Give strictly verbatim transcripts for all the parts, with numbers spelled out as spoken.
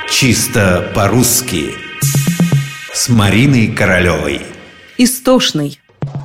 Чисто по-русски с Мариной Королевой. Истошный.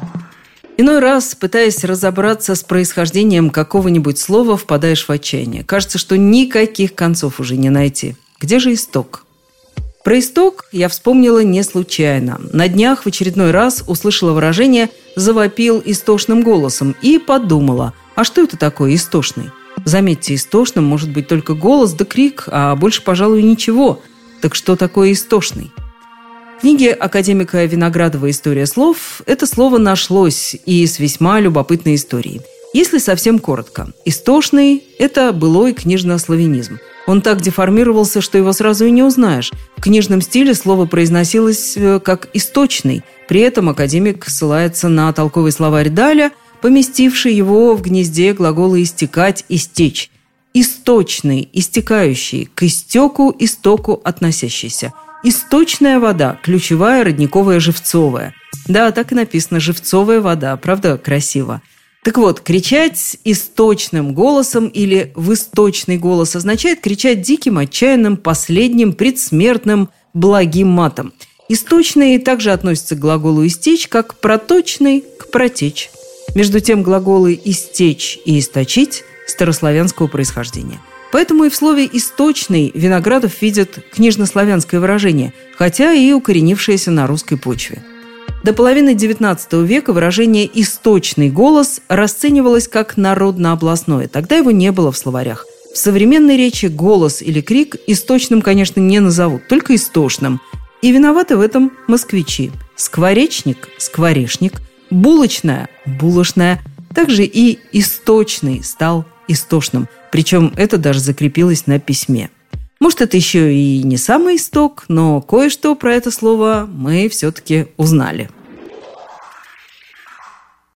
Иной раз, пытаясь разобраться с происхождением какого-нибудь слова, впадаешь в отчаяние. Кажется, что никаких концов уже не найти. Где же исток? Про исток я вспомнила не случайно. На днях в очередной раз услышала выражение «завопил истошным голосом» и подумала, а что это такое истошный? Заметьте, истошным может быть только голос да крик, а больше, пожалуй, ничего. Так что такое истошный? В книге академика Виноградова «История слов» это слово нашлось и с весьма любопытной историей. Если совсем коротко, истошный – это былой книжнославянизм. Он так деформировался, что его сразу и не узнаешь. В книжном стиле слово произносилось как «источный». При этом академик ссылается на толковый словарь Даля, поместивший его в гнезде глагола «истекать», «истечь». Источный, истекающий, к истеку, истоку относящийся. Источная вода, ключевая, родниковая, живцовая. Да, так и написано, живцовая вода, правда, красиво. Так вот, кричать источным голосом или в источный голос означает кричать диким, отчаянным, последним, предсмертным, благим матом. Источный также относится к глаголу «истечь», как проточный к протечь. Между тем, глаголы «истечь» и «источить» старославянского происхождения. Поэтому и в слове «источный» Виноградов видит книжнославянское выражение, хотя и укоренившееся на русской почве. До половины девятнадцатого века выражение «источный голос» расценивалось как народно-областное. Тогда его не было в словарях. В современной речи голос или крик источным, конечно, не назовут, только истошным. И виноваты в этом москвичи. Скворечник – скворечник, булочная – булочная, также и источный стал истошным. Причем это даже закрепилось на письме. Может, это еще и не самый исток, но кое-что про это слово мы все-таки узнали.